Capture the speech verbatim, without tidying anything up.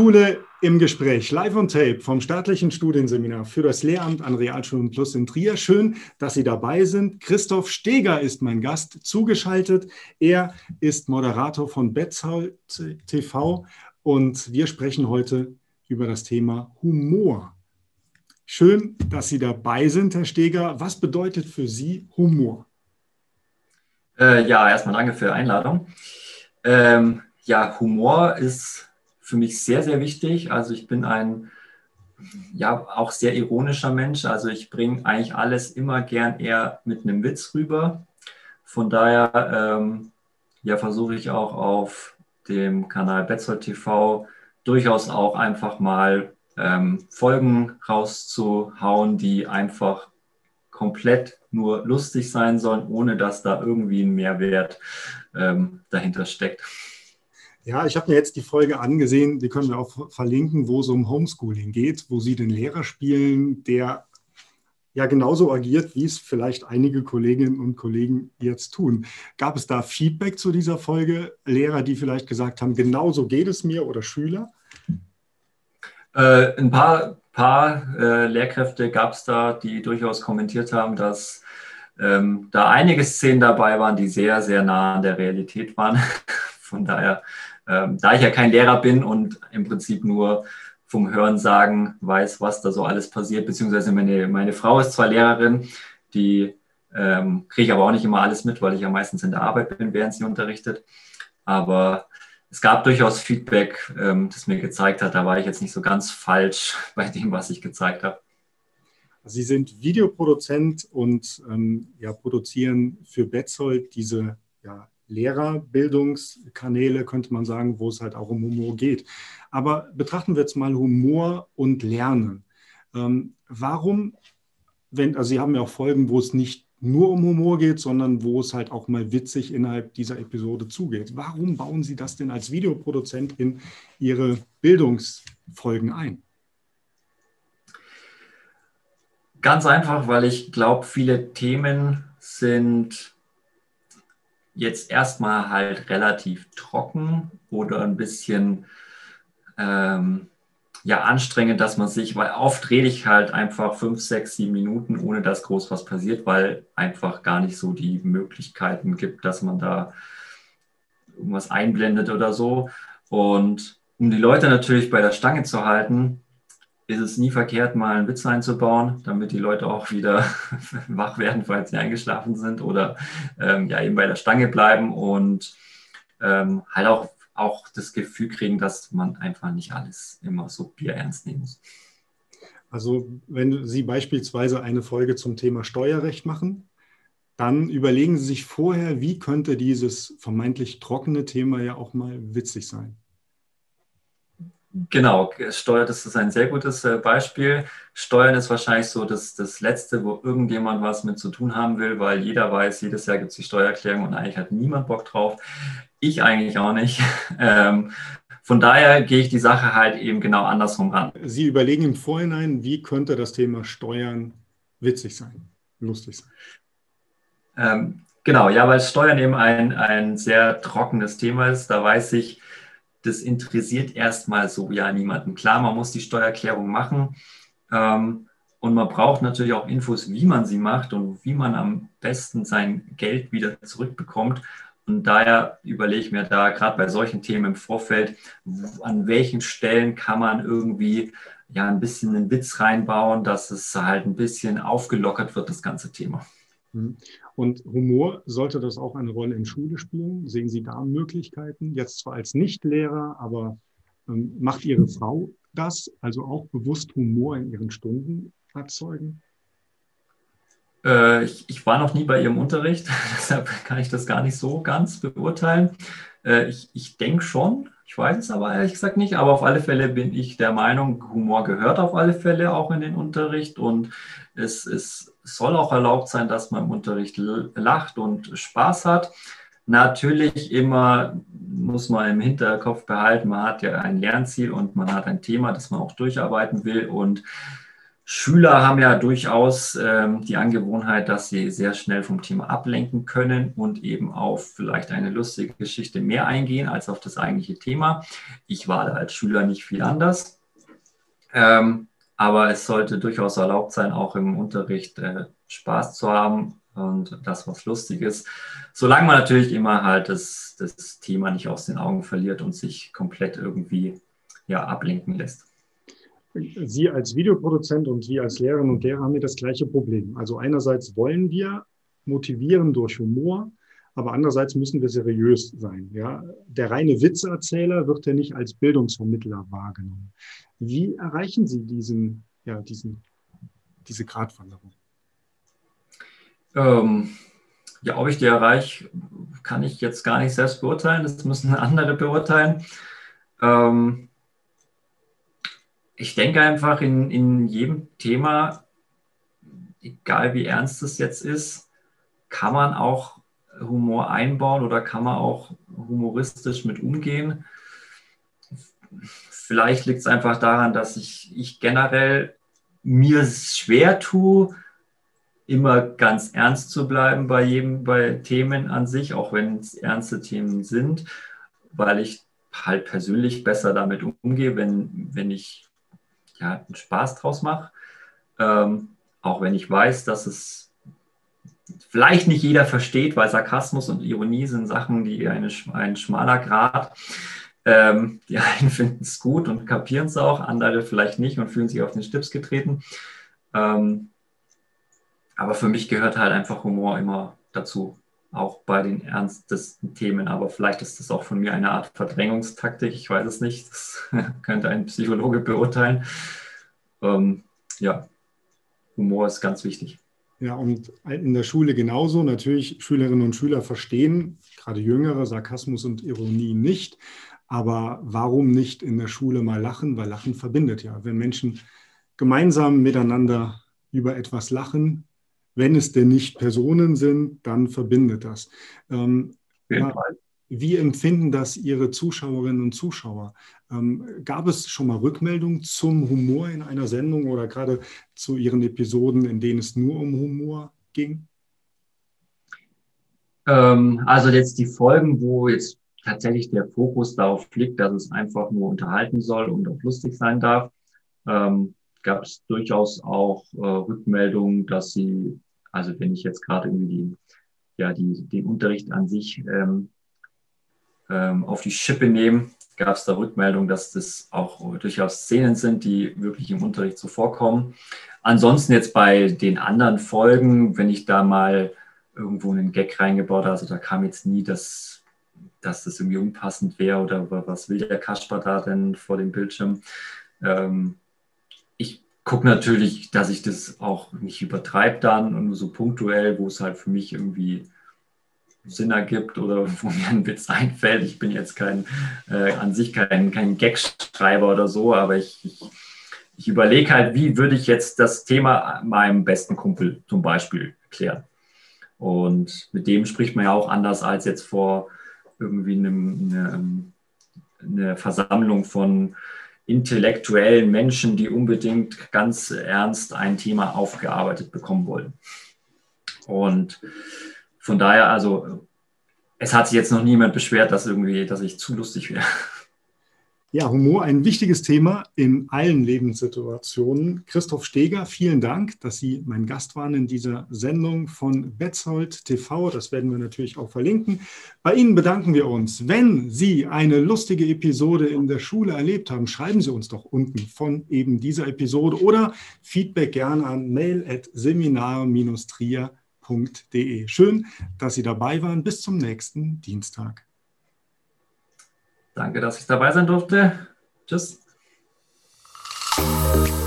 Schule im Gespräch, live on tape vom staatlichen Studienseminar für das Lehramt an Realschulen Plus in Trier. Schön, dass Sie dabei sind. Christoph Steger ist mein Gast, zugeschaltet. Er ist Moderator von Betzold T V und wir sprechen heute über das Thema Humor. Schön, dass Sie dabei sind, Herr Steger. Was bedeutet für Sie Humor? Äh, ja, erstmal danke für die Einladung. Ähm, ja, Humor ist für mich sehr, sehr wichtig. Also ich bin ein ja auch sehr ironischer Mensch. Also ich bringe eigentlich alles immer gern eher mit einem Witz rüber. Von daher ähm, ja, versuche ich auch auf dem Kanal Betzold T V durchaus auch einfach mal ähm, Folgen rauszuhauen, die einfach komplett nur lustig sein sollen, ohne dass da irgendwie ein Mehrwert ähm, dahinter steckt. Ja, ich habe mir jetzt die Folge angesehen, die können wir auch verlinken, wo es um Homeschooling geht, wo Sie den Lehrer spielen, der ja genauso agiert, wie es vielleicht einige Kolleginnen und Kollegen jetzt tun. Gab es da Feedback zu dieser Folge? Lehrer, die vielleicht gesagt haben, genauso geht es mir, oder Schüler? Äh, ein paar, paar äh, Lehrkräfte gab es da, die durchaus kommentiert haben, dass ähm, da einige Szenen dabei waren, die sehr, sehr nah an der Realität waren. Von daher, ähm, da ich ja kein Lehrer bin und im Prinzip nur vom Hörensagen weiß, was da so alles passiert, beziehungsweise meine, meine Frau ist zwar Lehrerin, die ähm, kriege ich aber auch nicht immer alles mit, weil ich ja meistens in der Arbeit bin, während sie unterrichtet. Aber es gab durchaus Feedback, ähm, das mir gezeigt hat, da war ich jetzt nicht so ganz falsch bei dem, was ich gezeigt habe. Sie sind Videoproduzent und ähm, ja, produzieren für Betzold diese ja, Lehrerbildungskanäle, könnte man sagen, wo es halt auch um Humor geht. Aber betrachten wir jetzt mal Humor und Lernen. Ähm, warum, wenn, also Sie haben ja auch Folgen, wo es nicht nur um Humor geht, sondern wo es halt auch mal witzig innerhalb dieser Episode zugeht. Warum bauen Sie das denn als Videoproduzent in Ihre Bildungsfolgen ein? Ganz einfach, weil ich glaube, viele Themen sind jetzt erstmal halt relativ trocken oder ein bisschen ähm, ja, anstrengend, dass man sich, weil oft rede ich halt einfach fünf, sechs, sieben Minuten, ohne dass groß was passiert, weil einfach gar nicht so die Möglichkeiten gibt, dass man da irgendwas einblendet oder so. Und um die Leute natürlich bei der Stange zu halten, ist es nie verkehrt, mal einen Witz einzubauen, damit die Leute auch wieder wach werden, falls sie eingeschlafen sind oder ähm, ja eben bei der Stange bleiben und ähm, halt auch, auch das Gefühl kriegen, dass man einfach nicht alles immer so bierernst nehmen muss. Also wenn Sie beispielsweise eine Folge zum Thema Steuerrecht machen, dann überlegen Sie sich vorher, wie könnte dieses vermeintlich trockene Thema ja auch mal witzig sein. Genau, Steuer, das ist ein sehr gutes Beispiel. Steuern ist wahrscheinlich so das, das Letzte, wo irgendjemand was mit zu tun haben will, weil jeder weiß, jedes Jahr gibt es die Steuererklärung und eigentlich hat niemand Bock drauf. Ich eigentlich auch nicht. Ähm, von daher gehe ich die Sache halt eben genau andersrum an. Sie überlegen im Vorhinein, wie könnte das Thema Steuern witzig sein, lustig sein. Ähm, genau, ja, weil Steuern eben ein, ein sehr trockenes Thema ist. Da weiß ich, das interessiert erstmal so ja niemanden. Klar, man muss die Steuererklärung machen ähm, und man braucht natürlich auch Infos, wie man sie macht und wie man am besten sein Geld wieder zurückbekommt. Und daher überlege ich mir da gerade bei solchen Themen im Vorfeld, an welchen Stellen kann man irgendwie ja ein bisschen einen Witz reinbauen, dass es halt ein bisschen aufgelockert wird, das ganze Thema. Und Humor, sollte das auch eine Rolle in Schule spielen? Sehen Sie da Möglichkeiten? Jetzt zwar als Nichtlehrer, aber ähm, macht Ihre Frau das, also auch bewusst Humor in ihren Stunden erzeugen? Äh, ich, ich war noch nie bei ihrem Unterricht, deshalb kann ich das gar nicht so ganz beurteilen. Äh, ich ich denke schon, ich weiß es aber ehrlich gesagt nicht, aber auf alle Fälle bin ich der Meinung, Humor gehört auf alle Fälle auch in den Unterricht und es, es soll auch erlaubt sein, dass man im Unterricht lacht und Spaß hat. Natürlich immer muss man im Hinterkopf behalten, man hat ja ein Lernziel und man hat ein Thema, das man auch durcharbeiten will und Schüler haben ja durchaus ähm, die Angewohnheit, dass sie sehr schnell vom Thema ablenken können und eben auf vielleicht eine lustige Geschichte mehr eingehen als auf das eigentliche Thema. Ich war da als Schüler nicht viel anders. Ähm, aber es sollte durchaus erlaubt sein, auch im Unterricht äh, Spaß zu haben und das, was lustig ist. Solange man natürlich immer halt das, das Thema nicht aus den Augen verliert und sich komplett irgendwie ja, ablenken lässt. Sie als Videoproduzent und Sie als Lehrerinnen und Lehrer haben hier das gleiche Problem. Also einerseits wollen wir motivieren durch Humor, aber andererseits müssen wir seriös sein. Ja? Der reine Witzeerzähler wird ja nicht als Bildungsvermittler wahrgenommen. Wie erreichen Sie diesen, ja, diesen, diese Gratwanderung? Ähm, ja, ob ich die erreiche, kann ich jetzt gar nicht selbst beurteilen. Das müssen andere beurteilen. Ähm, Ich denke einfach, in, in jedem Thema, egal wie ernst es jetzt ist, kann man auch Humor einbauen oder kann man auch humoristisch mit umgehen. Vielleicht liegt es einfach daran, dass ich, ich generell mir schwer tue, immer ganz ernst zu bleiben bei jedem, bei Themen an sich, auch wenn es ernste Themen sind, weil ich halt persönlich besser damit umgehe, wenn, wenn ich ja, einen Spaß draus mache. Ähm, auch wenn ich weiß, dass es vielleicht nicht jeder versteht, weil Sarkasmus und Ironie sind Sachen, die eine, ein schmaler Grat. Ähm, die einen finden es gut und kapieren es auch, andere vielleicht nicht und fühlen sich auf den Stips getreten. Ähm, aber für mich gehört halt einfach Humor immer dazu, auch bei den ernstesten Themen. Aber vielleicht ist das auch von mir eine Art Verdrängungstaktik, ich weiß es nicht. Das könnte ein Psychologe beurteilen. Ähm, ja, Humor ist ganz wichtig. Ja, und in der Schule genauso. Natürlich, Schülerinnen und Schüler verstehen, gerade Jüngere, Sarkasmus und Ironie nicht. Aber warum nicht in der Schule mal lachen? Weil Lachen verbindet ja. Wenn Menschen gemeinsam miteinander über etwas lachen, wenn es denn nicht Personen sind, dann verbindet das. Ähm, ja, wie empfinden das Ihre Zuschauerinnen und Zuschauer? Ähm, gab es schon mal Rückmeldungen zum Humor in einer Sendung oder gerade zu Ihren Episoden, in denen es nur um Humor ging? Ähm, also jetzt die Folgen, wo jetzt tatsächlich der Fokus darauf liegt, dass es einfach nur unterhalten soll und auch lustig sein darf, ähm, gab es durchaus auch äh, Rückmeldungen, dass sie, also wenn ich jetzt gerade irgendwie die, ja, die, den Unterricht an sich ähm, ähm, auf die Schippe nehme, gab es da Rückmeldungen, dass das auch durchaus Szenen sind, die wirklich im Unterricht so vorkommen. Ansonsten jetzt bei den anderen Folgen, wenn ich da mal irgendwo einen Gag reingebaut habe, also da kam jetzt nie das, dass das irgendwie unpassend wäre oder was will der Kasper da denn vor dem Bildschirm. Ähm, ich gucke natürlich, dass ich das auch nicht übertreibe dann und nur so punktuell, wo es halt für mich irgendwie Sinn ergibt oder wo mir ein Witz einfällt. Ich bin jetzt kein, äh, an sich kein, kein Gag-Schreiber oder so, aber ich, ich, ich überlege halt, wie würde ich jetzt das Thema meinem besten Kumpel zum Beispiel erklären. Und mit dem spricht man ja auch anders als jetzt vor irgendwie einem, eine, eine Versammlung von intellektuellen Menschen, die unbedingt ganz ernst ein Thema aufgearbeitet bekommen wollen. Und von daher, also es hat sich jetzt noch niemand beschwert, dass irgendwie, dass ich zu lustig wäre. Ja, Humor, ein wichtiges Thema in allen Lebenssituationen. Christoph Steger, vielen Dank, dass Sie mein Gast waren in dieser Sendung von Betzold T V. Das werden wir natürlich auch verlinken. Bei Ihnen bedanken wir uns. Wenn Sie eine lustige Episode in der Schule erlebt haben, schreiben Sie uns doch unten von eben dieser Episode oder Feedback gerne an mail at seminar Bindestrich trier Punkt de. Schön, dass Sie dabei waren. Bis zum nächsten Dienstag. Danke, dass ich dabei sein durfte. Tschüss.